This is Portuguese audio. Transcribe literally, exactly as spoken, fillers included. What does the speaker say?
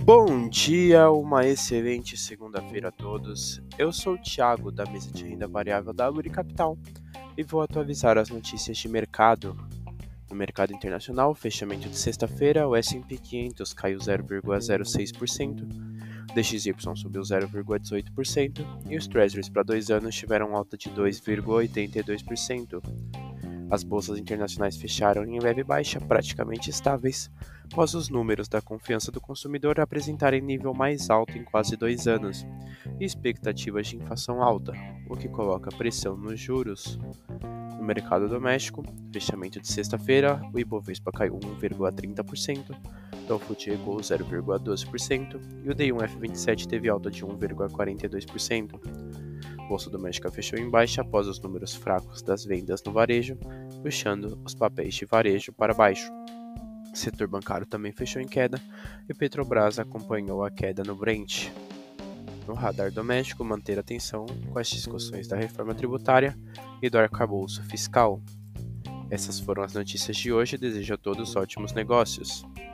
Bom dia, uma excelente segunda-feira a todos. Eu sou o Thiago, da mesa de renda variável da Luri Capital, e vou atualizar as notícias de mercado. No mercado internacional, fechamento de sexta-feira, o S e P quinhentos caiu zero vírgula zero seis por cento, o D X Y subiu zero vírgula dezoito por cento e os Treasuries para dois anos tiveram alta de dois vírgula oitenta e dois por cento. As bolsas internacionais fecharam em leve baixa, praticamente estáveis, após os números da confiança do consumidor apresentarem nível mais alto em quase dois anos e expectativas de inflação alta, o que coloca pressão nos juros. No mercado doméstico, fechamento de sexta-feira, o Ibovespa caiu um vírgula trinta por cento, o Dow Food recuou zero vírgula doze por cento e o D um F vinte e sete teve alta de um vírgula quarenta e dois por cento. A Bolsa Doméstica fechou em baixa após os números fracos das vendas no varejo, puxando os papéis de varejo para baixo. O setor bancário também fechou em queda e Petrobras acompanhou a queda no Brent. No radar doméstico, manter atenção com as discussões da reforma tributária e do arcabouço fiscal. Essas foram as notícias de hoje. Desejo a todos ótimos negócios.